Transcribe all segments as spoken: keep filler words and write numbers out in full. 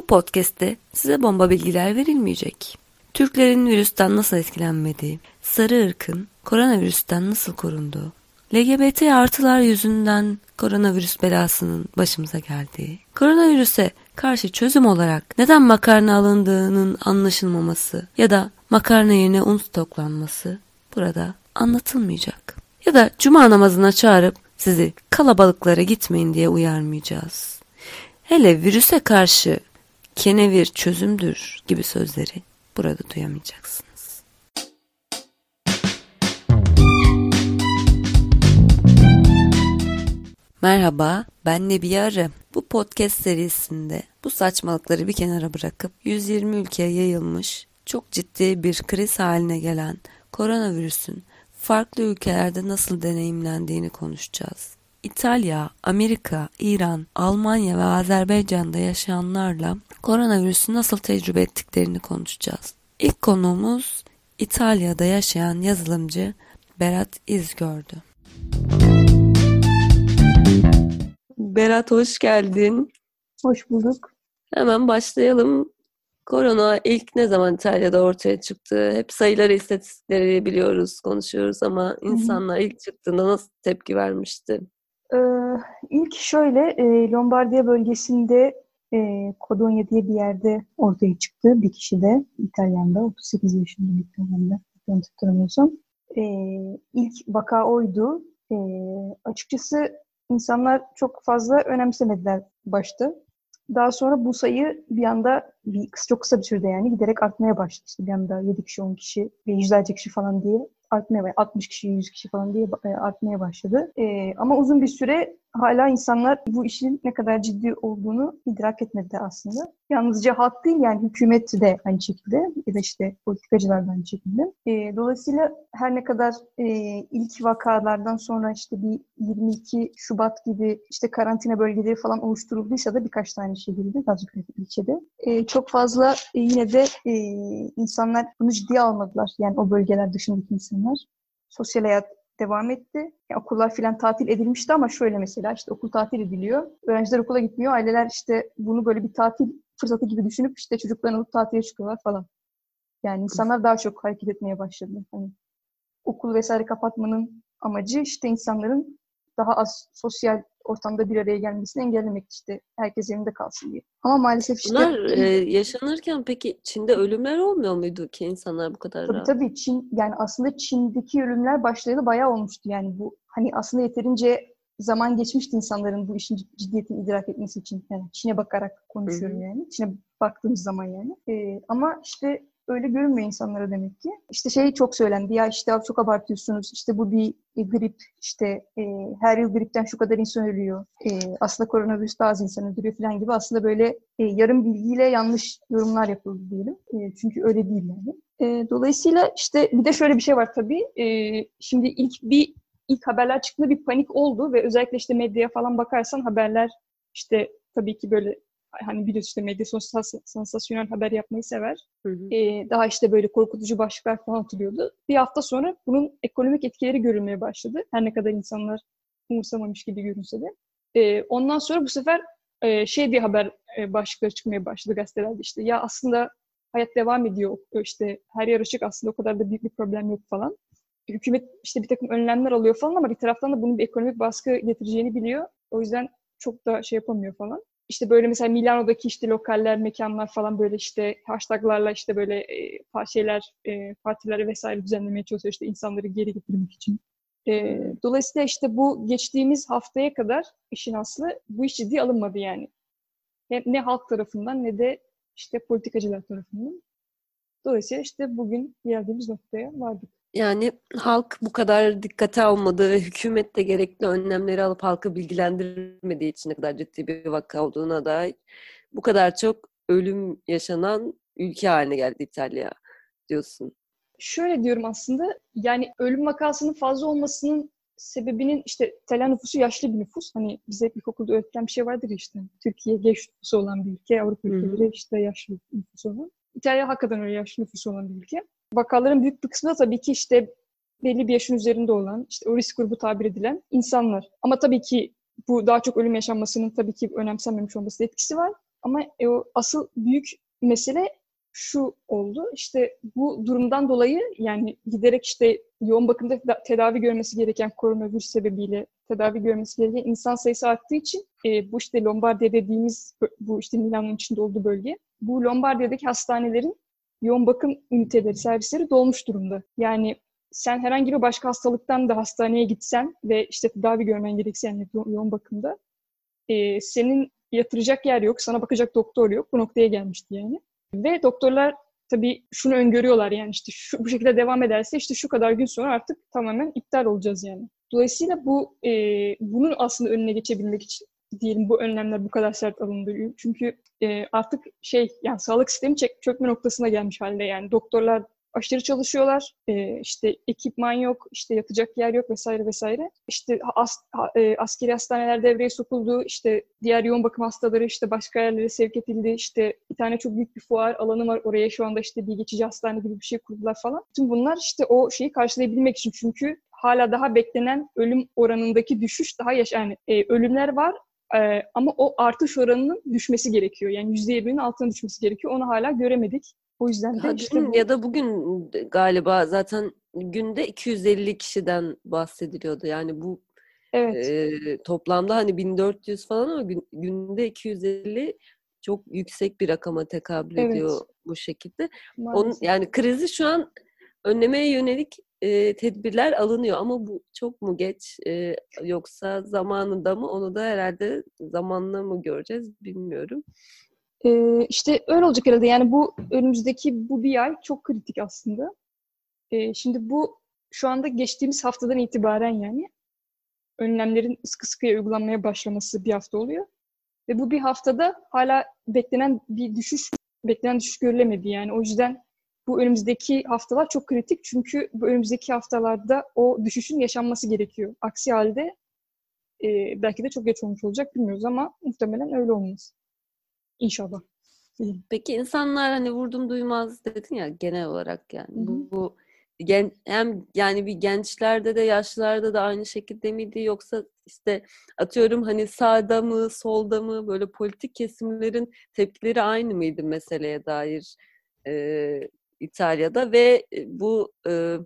Bu podcast'te size bomba bilgiler verilmeyecek. Türklerin virüsten nasıl etkilenmediği, sarı ırkın koronavirüsten nasıl korunduğu, L G B T artılar yüzünden koronavirüs belasının başımıza geldiği, koronavirüse karşı çözüm olarak neden makarna alındığının anlaşılmaması ya da makarna yerine un stoklanması burada anlatılmayacak. Ya da cuma namazına çağırıp sizi kalabalıklara gitmeyin diye uyarmayacağız. Hele virüse karşı kenevir çözümdür gibi sözleri burada duyamayacaksınız. Merhaba, ben Nebiye Arı. Bu podcast serisinde bu saçmalıkları bir kenara bırakıp yüz yirmi ülkeye yayılmış, çok ciddi bir kriz haline gelen koronavirüsün farklı ülkelerde nasıl deneyimlendiğini konuşacağız. İtalya, Amerika, İran, Almanya ve Azerbaycan'da yaşayanlarla koronavirüsü nasıl tecrübe ettiklerini konuşacağız. İlk konuğumuz İtalya'da yaşayan yazılımcı Berat İzgördü. Berat, hoş geldin. Hoş bulduk. Hemen başlayalım. Korona ilk ne zaman İtalya'da ortaya çıktı? Hep sayıları, istatistikleri biliyoruz, konuşuyoruz ama insanlar ilk çıktığında nasıl tepki vermişti? Ee, ilk şöyle e, Lombardiya bölgesinde e, Codogna diye bir yerde ortaya çıktı. Bir kişi de İtalyan'da, otuz sekiz yaşında bir İtalyan'da, yanlış hatırlamıyorsam. E, ilk vaka oydu. E, açıkçası insanlar çok fazla önemsemediler başta. Daha sonra bu sayı bir anda bir, çok kısa bir sürede yani giderek artmaya başladı. İşte bir anda yedi kişi, on kişi ve yüzlerce kişi falan diye artmaya başladı. altmış kişi, yüz kişi falan diye artmaya başladı. Ee, ama uzun bir süre hala insanlar bu işin ne kadar ciddi olduğunu idrak etmediler aslında. Yalnızca halk değil, yani hükümet de aynı şekilde ya da işte politikacılar da aynı şekilde. Ee, dolayısıyla her ne kadar e, ilk vakalardan sonra işte bir yirmi iki Şubat gibi işte karantina bölgeleri falan oluşturulduysa da birkaç tane şehirde, azıcık ilçede e, çok fazla e, yine de e, insanlar bunu ciddiye almadılar. Yani o bölgeler dışındaki insanlar. Sosyal hayat devam etti. Yani okullar filan tatil edilmişti ama şöyle mesela işte okul tatil ediliyor. Öğrenciler okula gitmiyor. Aileler işte bunu böyle bir tatil fırsatı gibi düşünüp işte çocuklarını alıp tatile çıkıyorlar falan. Yani insanlar daha çok hareket etmeye başladı. Hani okul vesaire kapatmanın amacı işte insanların daha az sosyal ortamda bir araya gelmesini engellemek, işte herkes evinde kalsın diye. Ama maalesef işte... Bunlar e, yaşanırken peki Çin'de ölümler olmuyor muydu ki insanlar bu kadar Tabii rahat? tabii Çin, yani aslında Çin'deki ölümler başlayalı bayağı olmuştu. Yani bu hani aslında yeterince zaman geçmişti insanların bu işin ciddiyetini idrak etmesi için. Yani Çin'e bakarak konuşuyorum, hı hı. Yani. Çin'e baktığımız zaman yani. Ee, ama işte öyle görünmüyor insanlara demek ki. İşte şey çok söylendi, ya işte çok abartıyorsunuz, işte bu bir e, grip, işte e, her yıl gripten şu kadar insan ölüyor. E, aslında koronavirüs daha az insan öldürüyor falan gibi aslında böyle e, yarım bilgiyle yanlış yorumlar yapıldı diyelim. E, çünkü öyle değil yani. E, dolayısıyla işte bir de şöyle bir şey var tabii. E, şimdi ilk bir ilk haberler çıktığında bir panik oldu ve özellikle işte medyaya falan bakarsan haberler işte tabii ki böyle hani biliyorsun işte medya sansasyonel haber yapmayı sever. Hı hı. Ee, daha işte böyle korkutucu başlıklar falan atılıyordu. Bir hafta sonra bunun ekonomik etkileri görülmeye başladı. Her ne kadar insanlar umursamamış gibi görünse de. Ee, ondan sonra bu sefer e, şey diye haber e, başlıkları çıkmaya başladı gazetelerde işte. Ya aslında hayat devam ediyor. İşte her yer açık, aslında o kadar da büyük bir problem yok falan. Hükümet işte bir takım önlemler alıyor falan ama bir taraftan da bunun bir ekonomik baskı getireceğini biliyor. O yüzden çok da şey yapamıyor falan. İşte böyle mesela Milano'daki işte lokaller, mekanlar falan böyle işte hashtaglarla işte böyle e, şeyler, e, partileri vesaire düzenlemeye çalışıyor işte insanları geri getirmek için. E, dolayısıyla işte bu geçtiğimiz haftaya kadar işin aslı bu iş ciddiye alınmadı yani. Hem ne halk tarafından ne de işte politikacılar tarafından. Dolayısıyla işte bugün geldiğimiz noktaya vardık. Yani halk bu kadar dikkate almadığı ve hükümet de gerekli önlemleri alıp halkı bilgilendirmediği için ne kadar ciddi bir vaka olduğuna dair bu kadar çok ölüm yaşanan ülke haline geldi İtalya diyorsun. Şöyle diyorum aslında, yani ölüm vakasının fazla olmasının sebebinin işte İtalyan nüfusu yaşlı bir nüfus. Hani bize ilkokulda öğretilen bir şey vardır ya işte. Türkiye genç nüfusu olan bir ülke, Avrupa ülkeleri işte yaşlı nüfusu olan. İtalya hakikaten öyle yaşlı nüfusu olan bir ülke. Vakaların büyük bir kısmı da tabii ki işte belli bir yaşın üzerinde olan, işte o risk grubu tabir edilen insanlar. Ama tabii ki bu daha çok ölüm yaşanmasının tabii ki önemsenmemiş olması etkisi var. Ama e, o asıl büyük mesele şu oldu. İşte bu durumdan dolayı yani giderek işte yoğun bakımda tedavi görmesi gereken koronavirüs sebebiyle tedavi görmesi gereken insan sayısı arttığı için e, bu işte Lombardiya dediğimiz bu işte Milano'nun içinde olduğu bölge. Bu Lombardiya'daki hastanelerin yoğun bakım üniteleri, servisleri dolmuş durumda. Yani sen herhangi bir başka hastalıktan da hastaneye gitsen ve işte tedavi görmen gerekse yani yo- yoğun bakımda e, senin yatıracak yer yok, sana bakacak doktor yok. Bu noktaya gelmişti yani. Ve doktorlar tabii şunu öngörüyorlar yani işte şu, bu şekilde devam ederse işte şu kadar gün sonra artık tamamen iptal olacağız yani. Dolayısıyla bu e, bunun aslında önüne geçebilmek için diyelim bu önlemler bu kadar sert alındı. Çünkü e, artık şey yani sağlık sistemi çek, çökme noktasına gelmiş halde yani doktorlar aşırı çalışıyorlar. E, işte ekipman yok, işte yatacak yer yok vesaire vesaire. İşte as, e, askeri hastaneler devreye sokuldu. İşte diğer yoğun bakım hastaları işte başka yerlere sevk edildi. İşte bir tane çok büyük bir fuar alanı var. Oraya şu anda işte bir geçici hastane gibi bir şey kurdular falan. Tüm bunlar işte o şeyi karşılayabilmek için. Çünkü hala daha beklenen ölüm oranındaki düşüş daha yaş yani e, ölümler var. Ee, ama o artış oranının düşmesi gerekiyor. Yani yüzde yirminin altına düşmesi gerekiyor. Onu hala göremedik. O yüzden de Ha, işte dün bu ya da bugün galiba zaten günde iki yüz elli kişiden bahsediliyordu. Yani bu evet, e, toplamda hani bin dört yüz falan ama gün, günde iki yüz elli çok yüksek bir rakama tekabül evet ediyor bu şekilde. Onun, maalesef. yani krizi şu an önlemeye yönelik e, tedbirler alınıyor ama bu çok mu geç e, yoksa zamanında mı onu da herhalde zamanla mı göreceğiz bilmiyorum. Ee, işte öyle olacak herhalde. Yani bu önümüzdeki bu bir ay çok kritik aslında. Ee, şimdi bu şu anda geçtiğimiz haftadan itibaren yani önlemlerin sıkı sıkıya uygulanmaya başlaması bir hafta oluyor. Ve bu bir haftada hala beklenen bir düşüş, beklenen düşüş görülemedi yani. O yüzden bu önümüzdeki haftalar çok kritik. Çünkü bu önümüzdeki haftalarda o düşüşün yaşanması gerekiyor. Aksi halde e, belki de çok geç olmuş olacak bilmiyoruz ama muhtemelen öyle olmaz. İnşallah. Diyeyim. Peki insanlar hani vurdum duymaz dedin ya genel olarak yani Hı hı. bu, bu gen, hem yani bir gençlerde de yaşlılarda da aynı şekilde miydi yoksa işte atıyorum hani sağda mı solda mı böyle politik kesimlerin tepkileri aynı mıydı meseleye dair e, İtalya'da ve bu e,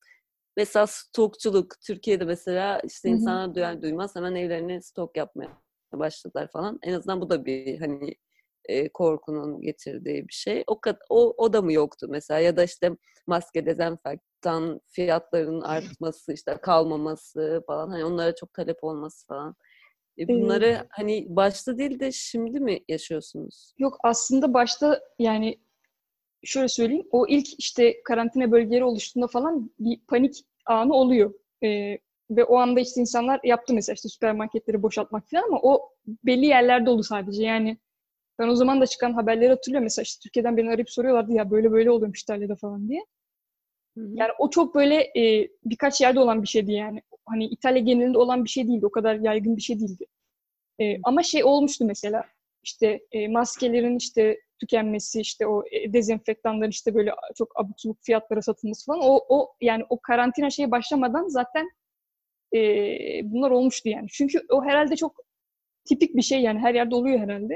mesela stokçuluk Türkiye'de mesela işte Hı hı. insanlar duyar duymaz hemen evlerine stok yapmaya başladılar falan. En azından bu da bir hani e, korkunun getirdiği bir şey. O, kad- o o da mı yoktu mesela ya da işte maske, dezenfektan fiyatlarının artması, işte kalmaması falan hani onlara çok talep olması falan. E, Ee, bunları hani başta değil de şimdi mi yaşıyorsunuz? yok aslında başta yani şöyle söyleyeyim. O ilk işte karantina bölgeleri oluştuğunda falan bir panik anı oluyor. Ee, ve o anda işte insanlar yaptı mesela işte süpermarketleri boşaltmak falan ama o belli yerlerde oldu sadece. Yani ben o zaman da çıkan haberleri hatırlıyorum. Mesela işte Türkiye'den beni arayıp soruyorlardı ya böyle böyle oluyormuş İtalya'da falan diye. Hı hı. Yani o çok böyle e, birkaç yerde olan bir şeydi yani. Hani İtalya genelinde olan bir şey değildi. O kadar yaygın bir şey değildi. E, ama şey olmuştu mesela işte e, maskelerin işte tükenmesi, işte o e, dezenfektanların işte böyle çok abuk subuk fiyatlara satılması falan. O, o yani o karantina şeyi başlamadan zaten e, bunlar olmuştu yani. Çünkü o herhalde çok tipik bir şey yani her yerde oluyor herhalde.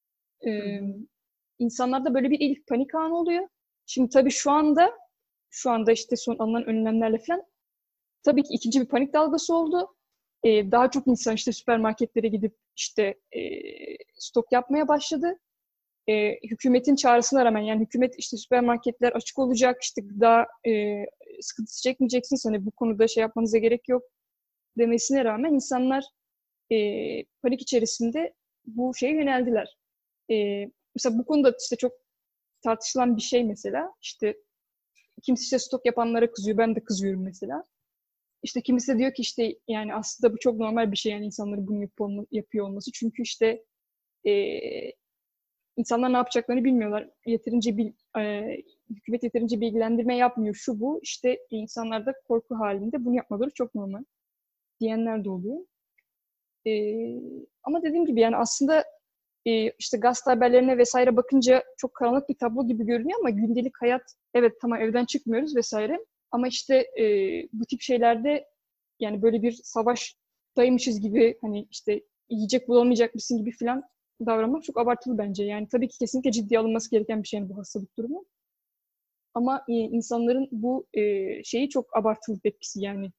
Hı E, hı. insanlarda böyle bir ilk panik anı oluyor. Şimdi tabii şu anda şu anda işte son alınan önlemlerle falan tabii ki ikinci bir panik dalgası oldu. Ee, daha çok insan işte süpermarketlere gidip işte e, stok yapmaya başladı. E, hükümetin çağrısına rağmen yani hükümet işte süpermarketler açık olacak, işte gıda e, sıkıntısı çekmeyeceksiniz. Hani bu konuda şey yapmanıza gerek yok demesine rağmen insanlar e, panik içerisinde bu şeye yöneldiler. E, mesela bu konuda işte çok tartışılan bir şey mesela işte kimisi işte stok yapanlara kızıyor, ben de kızıyorum mesela. İşte kimisi de diyor ki işte yani aslında bu çok normal bir şey yani insanların bunu yapıyor, olma, yapıyor olması. Çünkü işte e, insanlar ne yapacaklarını bilmiyorlar. Yeterince bil, e, hükümet yeterince bilgilendirme yapmıyor. Şu bu işte insanlar da korku halinde bunu yapmaları çok normal diyenler de oluyor. E, ama dediğim gibi yani aslında e, işte gazete haberlerine vesaire bakınca çok karanlık bir tablo gibi görünüyor ama gündelik hayat evet tamam evden çıkmıyoruz vesaire ama işte e, bu tip şeylerde yani böyle bir savaştaymışız gibi hani işte yiyecek bulamayacak mısın gibi falan davranmak çok abartılı bence. Yani tabii ki kesinlikle ciddiye alınması gereken bir şey bu hastalık durumu. Ama e, insanların bu e, şeyi çok abartılı tepkisi yani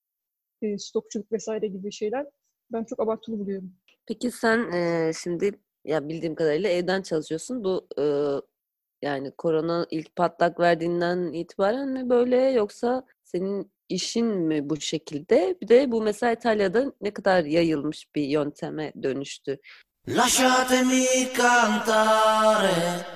e, stokçuluk vesaire gibi şeyler ben çok abartılı buluyorum. Peki sen e, şimdi ya bildiğim kadarıyla evden çalışıyorsun. Bu e, yani korona ilk patlak verdiğinden itibaren mi böyle yoksa senin işin mi bu şekilde? Bir de bu mesela İtalya'da ne kadar yayılmış bir yönteme dönüştü. Lasciatemi cantare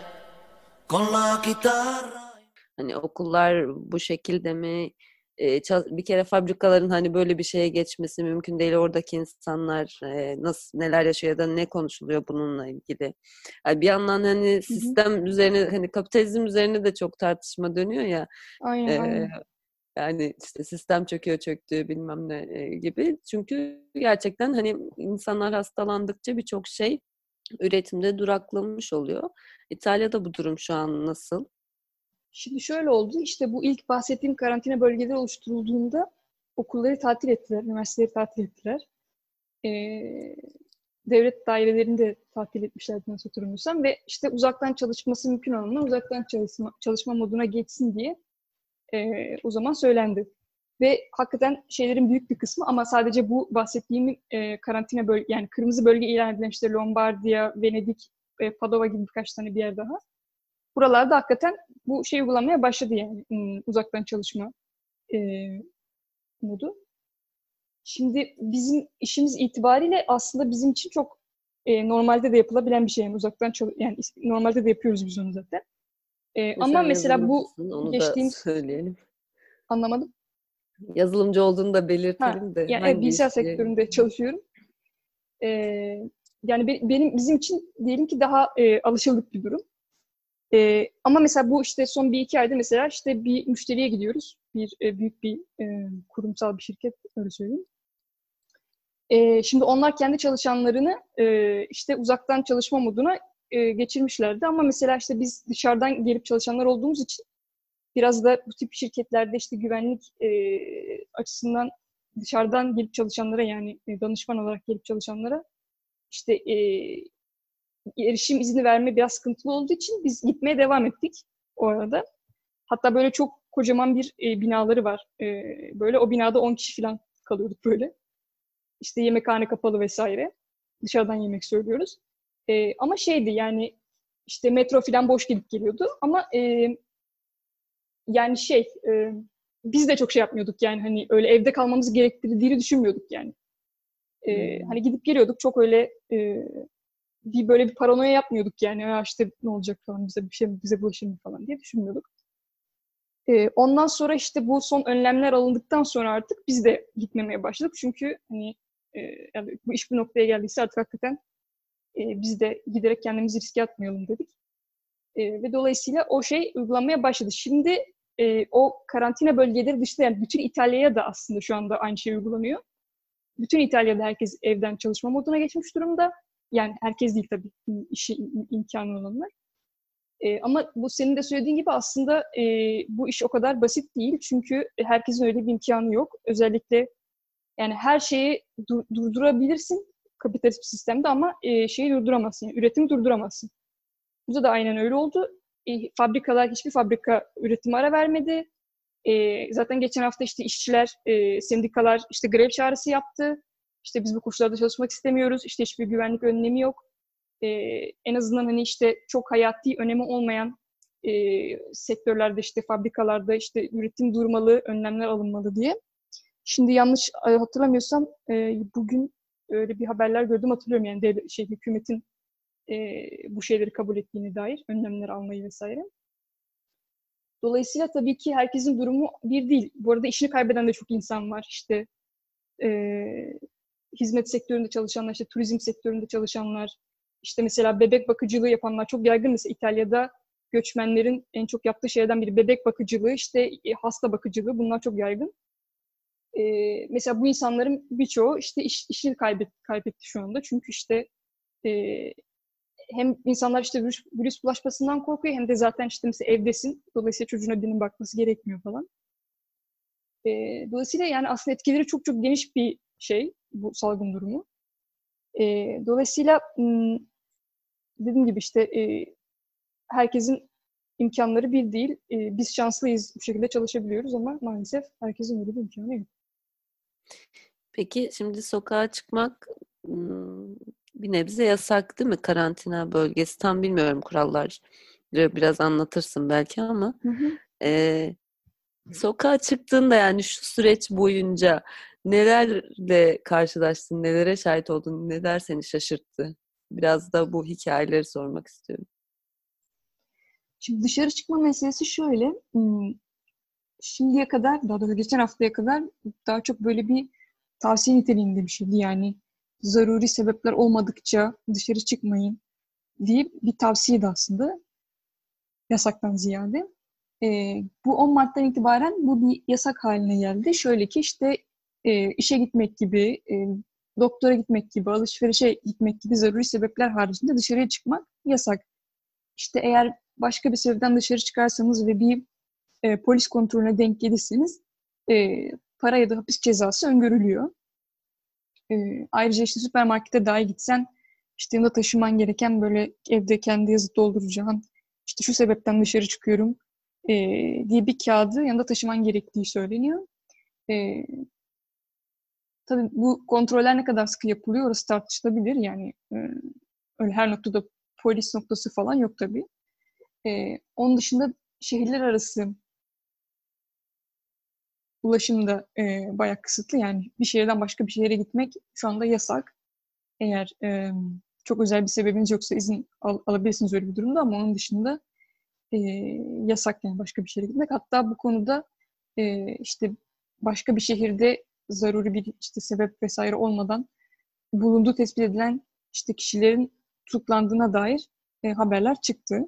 con la chitarra. Hani okullar bu şekilde mi? E, çal- bir kere fabrikaların hani böyle bir şeye geçmesi mümkün değil. Oradaki insanlar e, nasıl neler yaşıyor ya da ne konuşuluyor bununla ilgili. Yani bir yandan hani Hı hı. sistem üzerine hani kapitalizm üzerine de çok tartışma dönüyor ya. Aynen E, aynen. Yani işte sistem çöküyor çöktü bilmem ne e, gibi. Çünkü gerçekten hani insanlar hastalandıkça birçok şey üretimde duraklamış oluyor. İtalya'da bu durum şu an nasıl? Şimdi şöyle oldu. İşte bu ilk bahsettiğim karantina bölgeleri oluşturulduğunda okulları tatil ettiler, üniversiteleri tatil ettiler. Ee, devlet dairelerini de tatil etmişlerdi nasıl hatırlamıyorsam ve işte uzaktan çalışması mümkün olanlar uzaktan çalışma, çalışma moduna geçsin diye e, o zaman söylendi. Ve hakikaten şeylerin büyük bir kısmı ama sadece bu bahsettiğim e, karantina bölge yani kırmızı bölge ilan edilen işte Lombardiya, Venedik, e, Padova gibi birkaç tane bir yer daha. Buralarda hakikaten bu şey uygulamaya başladı yani ım, uzaktan çalışma e, modu. Şimdi bizim işimiz itibariyle aslında bizim için çok e, normalde de yapılabilen bir şey. Yani uzaktan çalış yani normalde de yapıyoruz biz onu zaten. E, Ve sen ama mesela bu yazılımcısın, onu da geçtiğimiz söyleyelim. anlamadım. Yazılımcı olduğunu da Ha, belirtelim de yani evet, hangi bilgisayar iş diye. sektöründe çalışıyorum. E, yani be- benim bizim için diyelim ki daha e, alışıldık bir durum. E, ama mesela bu işte son bir iki ayda mesela işte bir müşteriye gidiyoruz. Bir e, büyük bir e, kurumsal bir şirket öyle söyleyeyim. E, şimdi onlar kendi çalışanlarını e, işte uzaktan çalışma moduna e, geçirmişlerdi. Ama mesela işte biz dışarıdan gelip çalışanlar olduğumuz için biraz da bu tip şirketlerde işte güvenlik e, açısından dışarıdan gelip çalışanlara yani e, danışman olarak gelip çalışanlara işte e, erişim izni verme biraz sıkıntılı olduğu için biz gitmeye devam ettik o arada. Hatta böyle çok kocaman bir e, binaları var. E, böyle o binada on kişi falan kalıyorduk böyle. İşte yemekhane kapalı vesaire. Dışarıdan yemek söylüyoruz. E, ama şeydi yani işte metro falan boş gidip geliyordu. Ama e, yani şey e, biz de çok şey yapmıyorduk yani hani öyle evde kalmamızı gerektirdiğini düşünmüyorduk yani. E, Hmm. hani gidip geliyorduk çok öyle e, bir böyle bir paranoya yapmıyorduk yani. Ya işte ne olacak falan bize bir şey mi, bize bulaşır mı falan diye düşünmüyorduk. E, ondan sonra işte bu son önlemler alındıktan sonra artık biz de gitmemeye başladık. Çünkü hani e, yani bu iş bir noktaya geldiyse artık hakikaten e, biz de giderek kendimizi riske atmayalım dedik. E, ve dolayısıyla o şey uygulanmaya başladı. Şimdi e, o karantina bölgeleri dışında yani bütün İtalya'ya da aslında şu anda aynı şey uygulanıyor. Bütün İtalya'da herkes evden çalışma moduna geçmiş durumda. Yani herkes değil tabii işi imkanı olanlar. E, ama bu senin de söylediğin gibi aslında e, bu iş o kadar basit değil. Çünkü herkesin öyle bir imkanı yok. Özellikle yani her şeyi dur- durdurabilirsin kapitalist bir sistemde ama e, şeyi durduramazsın. Yani üretimi durduramazsın. Burada da aynen öyle oldu. E, fabrikalar, hiçbir fabrika üretime ara vermedi. E, zaten geçen hafta işte işçiler, e, sendikalar işte grev çağrısı yaptı. İşte biz bu koşullarda çalışmak istemiyoruz. İşte hiçbir güvenlik önlemi yok. E, en azından hani işte çok hayati önemi olmayan e, sektörlerde işte fabrikalarda işte üretim durmalı, önlemler alınmalı diye. Şimdi yanlış e, hatırlamıyorsam e, bugün öyle bir haberler gördüm hatırlıyorum yani devlet, şey, hükümetin e, bu şeyleri kabul ettiğine dair önlemler almayı vesaire. Dolayısıyla tabii ki herkesin durumu bir değil. Bu arada işini kaybeden de çok insan var. İşte e, hizmet sektöründe çalışanlar, işte turizm sektöründe çalışanlar, işte mesela bebek bakıcılığı yapanlar çok yaygın. Mesela İtalya'da göçmenlerin en çok yaptığı şeylerden biri bebek bakıcılığı, işte e, hasta bakıcılığı bunlar çok yaygın. E, mesela bu insanların birçoğu işte iş, işini kaybet, kaybetti şu anda. Çünkü işte e, hem insanlar işte virüs, virüs bulaşmasından korkuyor hem de zaten işte mesela evdesin. Dolayısıyla çocuğuna birinin bakması gerekmiyor falan. E, dolayısıyla yani aslında etkileri çok çok geniş bir şey bu salgın durumu. E, dolayısıyla dediğim gibi işte e, herkesin imkanları bir değil. E, biz şanslıyız, bu şekilde çalışabiliyoruz ama maalesef herkesin öyle bir imkanı yok. Peki şimdi sokağa çıkmak ım, bir nebze yasak değil mi? Karantina bölgesi. Tam bilmiyorum kurallar. Biraz anlatırsın belki ama Hı hı. e, sokağa çıktığında yani şu süreç boyunca nelerle karşılaştın, nelere şahit oldun, neler seni şaşırttı? Biraz da bu hikayeleri sormak istiyorum. Şimdi dışarı çıkma meselesi şöyle. hmm, Şimdiye kadar, daha doğrusu geçen haftaya kadar daha çok böyle bir tavsiye niteliğinde bir şeydi. Yani zaruri sebepler olmadıkça dışarı çıkmayın diye bir tavsiyeydi aslında. Yasaktan ziyade. Ee, bu on Mart'tan itibaren bu bir yasak haline geldi. Şöyle ki işte e, işe gitmek gibi, e, doktora gitmek gibi, alışverişe gitmek gibi zaruri sebepler haricinde dışarıya çıkmak yasak. İşte eğer başka bir sebepten dışarı çıkarsanız ve bir e, polis kontrolüne denk gelirseniz e, para ya da hapis cezası öngörülüyor. E, ayrıca işte süpermarkete dahi gitsen işte yanında taşıman gereken böyle evde kendi yazıp dolduracağın işte şu sebepten dışarı çıkıyorum e, diye bir kağıdı yanında taşıman gerektiği söyleniyor. E, tabii bu kontroller ne kadar sıkı yapılıyor orası tartışılabilir. Yani e, öyle her noktada polis noktası falan yok tabii. E, onun dışında şehirler arası ulaşım da e, bayağı kısıtlı. Yani bir şehirden başka bir şehre gitmek şu anda yasak. Eğer e, çok özel bir sebebiniz yoksa izin al- alabilirsiniz öyle bir durumda ama onun dışında e, yasak yani başka bir şehre gitmek. Hatta bu konuda e, işte başka bir şehirde zaruri bir işte sebep vesaire olmadan bulunduğu tespit edilen işte kişilerin tutuklandığına dair e, haberler çıktı.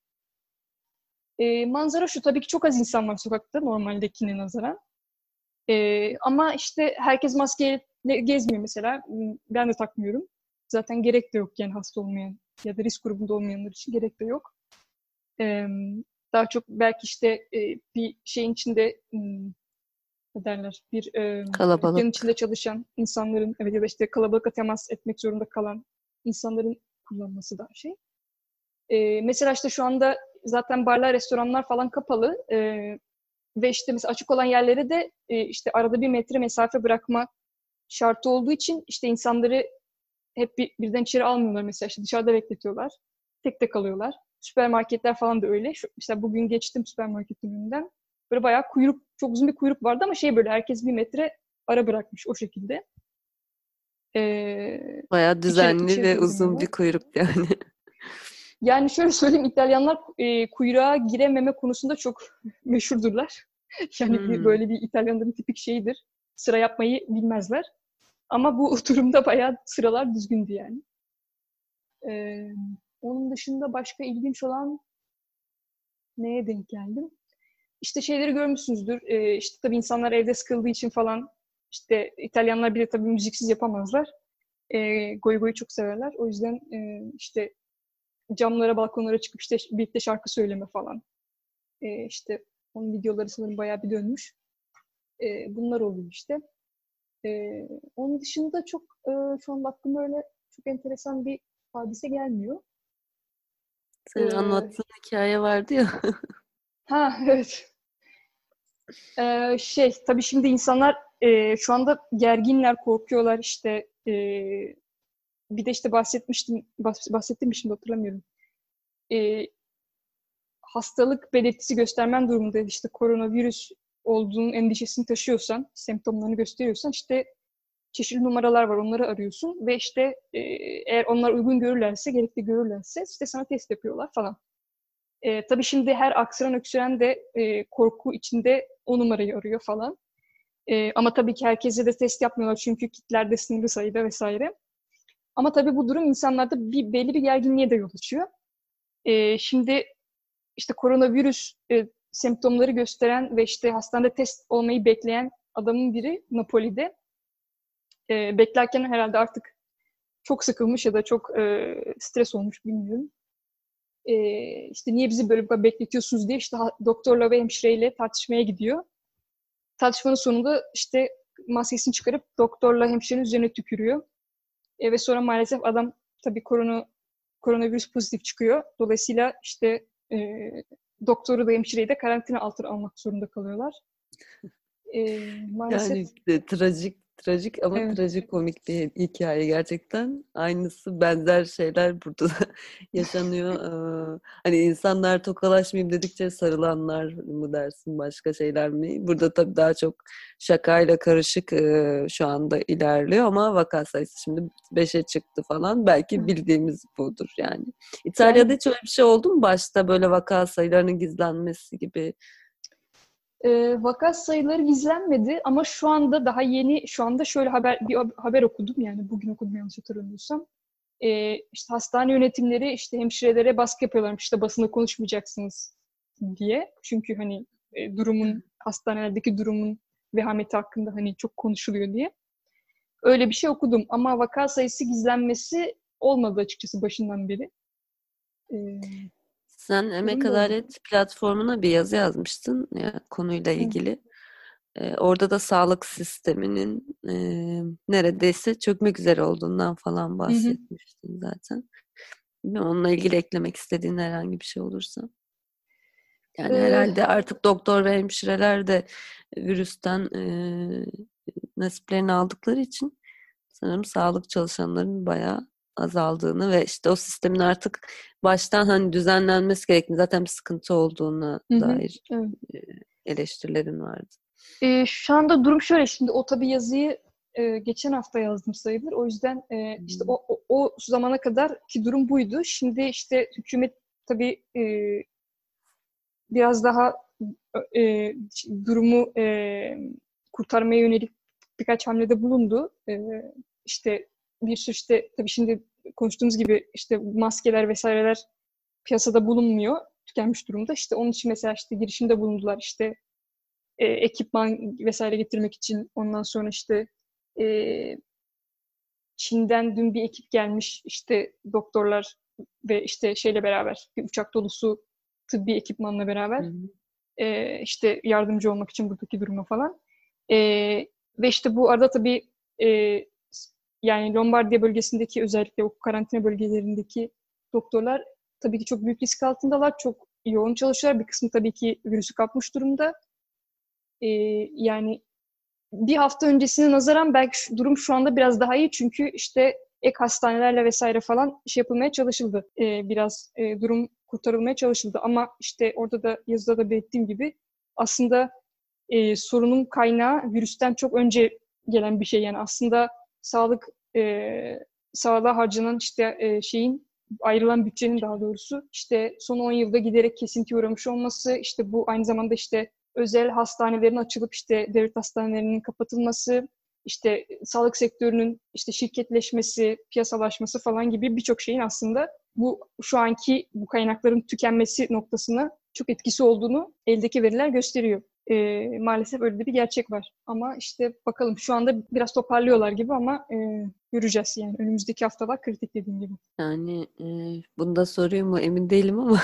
E, manzara şu, tabii ki çok az insan var sokakta normaldekine nazaran. Ee, ama işte herkes maskeyle gezmiyor mesela. Ben de takmıyorum. Zaten gerek de yok yani hasta olmayan ya da risk grubunda olmayanlar için gerek de yok. Ee, daha çok belki işte e, bir şeyin içinde hmm, ne derler bir e, dükkanın içinde Kalabalık. çalışan insanların evet ya da işte kalabalıkla temas etmek zorunda kalan insanların kullanması daha şey. Ee, mesela işte şu anda zaten barlar, restoranlar falan kapalı. Ee, Ve işte mesela açık olan yerlere de e, işte arada bir metre mesafe bırakma şartı olduğu için işte insanları hep bir, birden içeri almıyorlar mesela. İşte dışarıda bekletiyorlar. Tek tek alıyorlar. Süpermarketler falan da öyle. Şu, mesela bugün geçtim süpermarketin önünden. Böyle bayağı kuyruk, çok uzun bir kuyruk vardı ama şey böyle herkes bir metre ara bırakmış o şekilde. Ee, Bayağı içeri, düzenli içeri de ve uzun girmiyorlar. bir kuyruk yani. Yani şöyle söyleyeyim, İtalyanlar e, kuyruğa girememe konusunda çok meşhurdurlar. Yani bir, Hmm. böyle bir İtalyanların tipik şeyidir. Sıra yapmayı bilmezler. Ama bu durumda bayağı sıralar düzgündü yani. Ee, onun dışında başka ilginç olan neye denk geldim? İşte şeyleri görmüşsünüzdür. Ee, işte tabii insanlar evde sıkıldığı için falan işte İtalyanlar bile tabii müziksiz yapamazlar. Ee, goy goyu çok severler. O yüzden e, işte camlara, balkonlara çıkıp işte birlikte şarkı söyleme falan. Ee, işte onun videoları sanırım bayağı bir dönmüş. Ee, bunlar oluyor işte. Ee, onun dışında çok e, şu an aklıma öyle çok enteresan bir hadise gelmiyor. Senin Ee, anlattığın hikaye vardı ya. ha evet. Ee, şey tabii şimdi insanlar e, şu anda gerginler, korkuyorlar işte. E, bir de işte bahsetmiştim, bahs- bahsettim mi şimdi hatırlamıyorum. E, hastalık belirtisi göstermen durumunda işte koronavirüs olduğunun endişesini taşıyorsan, semptomlarını gösteriyorsan işte çeşitli numaralar var. Onları arıyorsun ve işte e, eğer onlar uygun görürlerse, gerekli görürlerse işte sana test yapıyorlar falan. E, tabii şimdi her aksıran öksüren de e, korku içinde o numarayı arıyor falan. E, ama tabii ki herkese de test yapmıyorlar çünkü kitlerde sınırlı sayıda vesaire. Ama tabii bu durum insanlarda bir belli bir gerginliğe de yol açıyor. E, şimdi işte koronavirüs e, semptomları gösteren ve işte hastanede test olmayı bekleyen adamın biri Napoli'de. E, beklerken herhalde artık çok sıkılmış ya da çok e, stres olmuş bilmiyorum. E, işte niye bizi böyle bu kadar bekletiyorsunuz diye işte ha- doktorla ve hemşireyle tartışmaya gidiyor. Tartışmanın sonunda işte maskesini çıkarıp doktorla hemşirenin üzerine tükürüyor. E, ve sonra maalesef adam tabii korona koronavirüs pozitif çıkıyor. Dolayısıyla işte e, doktoru da hemşireyi de karantina altına almak zorunda kalıyorlar. E, maalesef. Yani e, trajik trajik ama Evet. trajikomik bir hikaye gerçekten. Aynısı benzer şeyler burada da yaşanıyor. Ee, hani insanlar tokalaşmayayım dedikçe sarılanlar mı dersin, başka şeyler mi? Burada tabii daha çok şakayla karışık e, şu anda ilerliyor ama vaka sayısı şimdi beşe çıktı falan. Belki bildiğimiz budur yani. İtalya'da Yani hiç öyle bir şey oldu mu başta, böyle vaka sayılarının gizlenmesi gibi? e, vaka sayıları gizlenmedi ama şu anda daha yeni, şu anda şöyle haber bir haber okudum, yani bugün okudum yanlış hatırlamıyorsam. E, işte hastane yönetimleri işte hemşirelere baskı yapıyorlarmış, işte basında konuşmayacaksınız diye. Çünkü hani e, durumun, hastanelerdeki durumun vehameti hakkında hani çok konuşuluyor diye. Öyle bir şey okudum ama vaka sayısı gizlenmesi olmadı açıkçası başından beri. E, Sen Emek durum böyle. Adalet platformuna bir yazı yazmıştın ya konuyla Evet. ilgili. Ee, orada da sağlık sisteminin e, neredeyse çökmek üzere olduğundan falan Hı hı. bahsetmiştin zaten. Bilmiyorum, onunla ilgili eklemek istediğin herhangi bir şey olursa. Yani E, herhalde artık doktor ve hemşireler de virüsten e, nasiplerini aldıkları için sanırım sağlık çalışanlarının bayağı azaldığını ve işte o sistemin artık baştan hani düzenlenmesi gerektiğini, zaten bir sıkıntı olduğuna hı hı. dair Evet. e, eleştirilerin vardı. E, şu anda durum şöyle. Şimdi o tabii yazıyı e, geçen hafta yazdım sayılır. O yüzden e, işte Hmm. o, o, o zamana kadar ki durum buydu. Şimdi işte hükümet tabii e, biraz daha e, durumu e, kurtarmaya yönelik birkaç hamlede bulundu. E, işte bir sürü işte tabii şimdi konuştuğumuz gibi işte maskeler vesaireler piyasada bulunmuyor. Tükenmiş durumda. İşte onun için mesela işte girişimde bulundular. İşte e, ekipman vesaire getirmek için. Ondan sonra işte e, Çin'den dün bir ekip gelmiş, işte doktorlar ve işte şeyle beraber, bir uçak dolusu tıbbi ekipmanla Hı beraber hı. e, işte yardımcı olmak için buradaki duruma falan. E, ve işte bu arada tabii e, yani Lombardiya bölgesindeki, özellikle o karantina bölgelerindeki doktorlar tabii ki çok büyük risk altındalar. Çok yoğun çalışıyorlar. Bir kısmı tabii ki virüsü kapmış durumda. E, yani bir hafta öncesine nazaran belki şu, durum şu anda biraz daha iyi, çünkü işte ek hastanelerle vesaire falan şey yapılmaya çalışıldı. Ee, biraz e, durum kurtarılmaya çalışıldı ama işte orada da yazıda da belirttiğim gibi aslında e, sorunun kaynağı virüsten çok önce gelen bir şey. Yani aslında sağlık e, sağlığa harcanan işte e, şeyin, ayrılan bütçenin daha doğrusu işte son on yılda giderek kesintiye uğramış olması, işte bu aynı zamanda işte özel hastanelerin açılıp işte devlet hastanelerinin kapatılması, işte sağlık sektörünün işte şirketleşmesi, piyasalaşması falan gibi birçok şeyin aslında bu şu anki bu kaynakların tükenmesi noktasına çok etkisi olduğunu eldeki veriler gösteriyor. E, maalesef öyle de bir gerçek var. Ama işte bakalım, şu anda biraz toparlıyorlar gibi ama e, göreceğiz yani. Önümüzdeki haftalar kritik, dediğim gibi. Yani e, bunu da sorayım mı emin değilim ama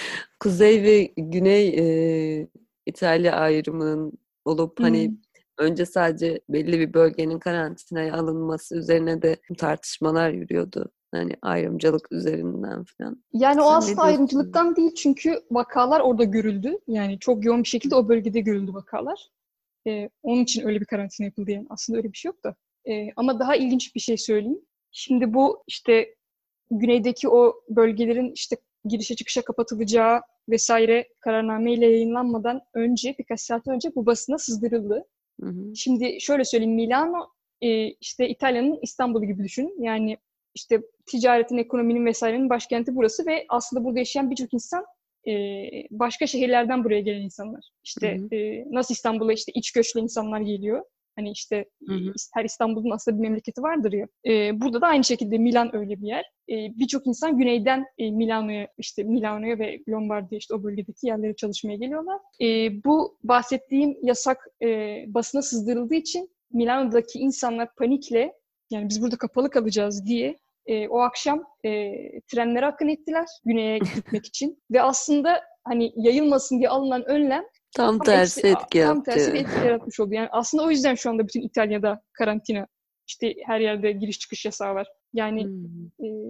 Kuzey ve Güney e, İtalya ayrımının olup hani Hmm. önce sadece belli bir bölgenin karantinaya alınması üzerine de tartışmalar yürüyordu. Hani ayrımcılık üzerinden falan. Yani o Sen ne aslında diyorsun? ayrımcılıktan değil, çünkü vakalar orada görüldü. Yani çok yoğun bir şekilde o bölgede görüldü vakalar. E, onun için öyle bir karantina yapıldı yani. Aslında öyle bir şey yok da. E, ama daha ilginç bir şey söyleyeyim. Şimdi bu işte güneydeki o bölgelerin işte girişe çıkışa kapatılacağı vesaire kararnameyle yayınlanmadan önce, birkaç saat önce bu basına sızdırıldı. Hı hı. Şimdi şöyle söyleyeyim, Milano e, işte İtalya'nın İstanbul'u gibi düşünün. Yani işte ticaretin, ekonominin vesairenin başkenti burası ve aslında burada yaşayan birçok insan e, başka şehirlerden buraya gelen insanlar. Hı İşte hı. e, nasıl İstanbul'a işte iç göçle insanlar geliyor. Hani işte e, Hı hı. her İstanbul'un aslında bir memleketi vardır ya. E, burada da aynı şekilde Milan öyle bir yer. E, birçok insan güneyden e, Milano'ya, işte Milano'ya ve Lombardiya, işte o bölgedeki yerlere çalışmaya geliyorlar. E, bu bahsettiğim yasak e, basına sızdırıldığı için Milano'daki insanlar panikle, yani biz burada kapalı kalacağız diye e, o akşam e, trenlere akın ettiler güneye gitmek için. Ve aslında hani yayılmasın diye alınan önlem Tam tam eksi, tersi etki tam tersi bir yaptı. etki yaratmış oldu. Yani aslında o yüzden şu anda bütün İtalya'da karantina, işte her yerde giriş çıkış yasağı var. Yani Hmm. e,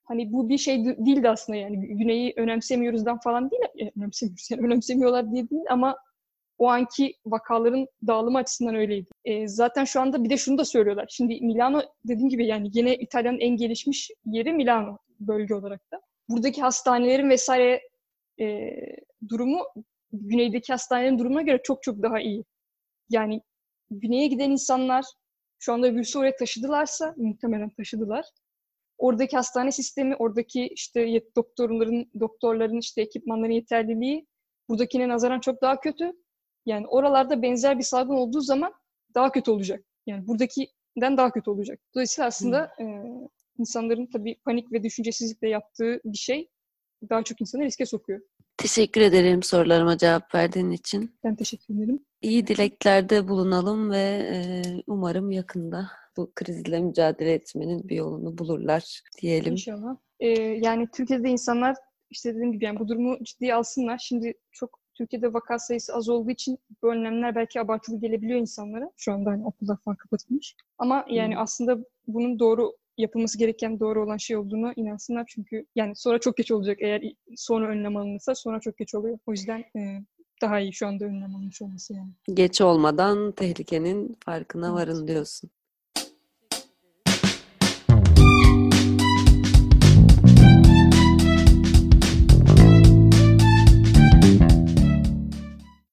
Hani bu bir şey de- değildi aslında yani. Güney'i önemsemiyoruzdan falan değil. E, önemsemiyoruz yani önemsemiyorlar diye değil ama o anki vakaların dağılımı açısından öyleydi. E, zaten şu anda bir de şunu da söylüyorlar. Şimdi Milano dediğim gibi yani yine İtalya'nın en gelişmiş yeri Milano bölge olarak da. Buradaki hastanelerin vesaire e, durumu güneydeki hastanelerin durumuna göre çok çok daha iyi. Yani güneye giden insanlar şu anda virüsü oraya taşıdılarsa muhtemelen taşıdılar. Oradaki hastane sistemi, oradaki işte doktorların, doktorların işte ekipmanların yeterliliği buradakine nazaran çok daha kötü. Yani oralarda benzer bir salgın olduğu zaman daha kötü olacak. Yani buradakinden daha kötü olacak. Dolayısıyla aslında hmm. e, insanların tabii panik ve düşüncesizlikle yaptığı bir şey daha çok insanı riske sokuyor. Teşekkür ederim sorularıma cevap verdiğin için. Ben teşekkür ederim. İyi dileklerde bulunalım ve e, umarım yakında bu krizle mücadele etmenin bir yolunu bulurlar diyelim. İnşallah. Ee, yani Türkiye'de insanlar işte dediğim gibi yani bu durumu ciddiye alsınlar. Şimdi çok Türkiye'de vaka sayısı az olduğu için bu önlemler belki abartılı gelebiliyor insanlara. Şu anda hani okullar falan kapatılmış. Ama yani hmm. aslında bunun doğru yapılması gereken doğru olan şey olduğuna inansınlar. Çünkü yani sonra çok geç olacak. Eğer sonra önlem alınırsa sonra çok geç oluyor. O yüzden e, daha iyi şu anda önlem alınmış olması yani. Geç olmadan tehlikenin farkına evet. varın diyorsun.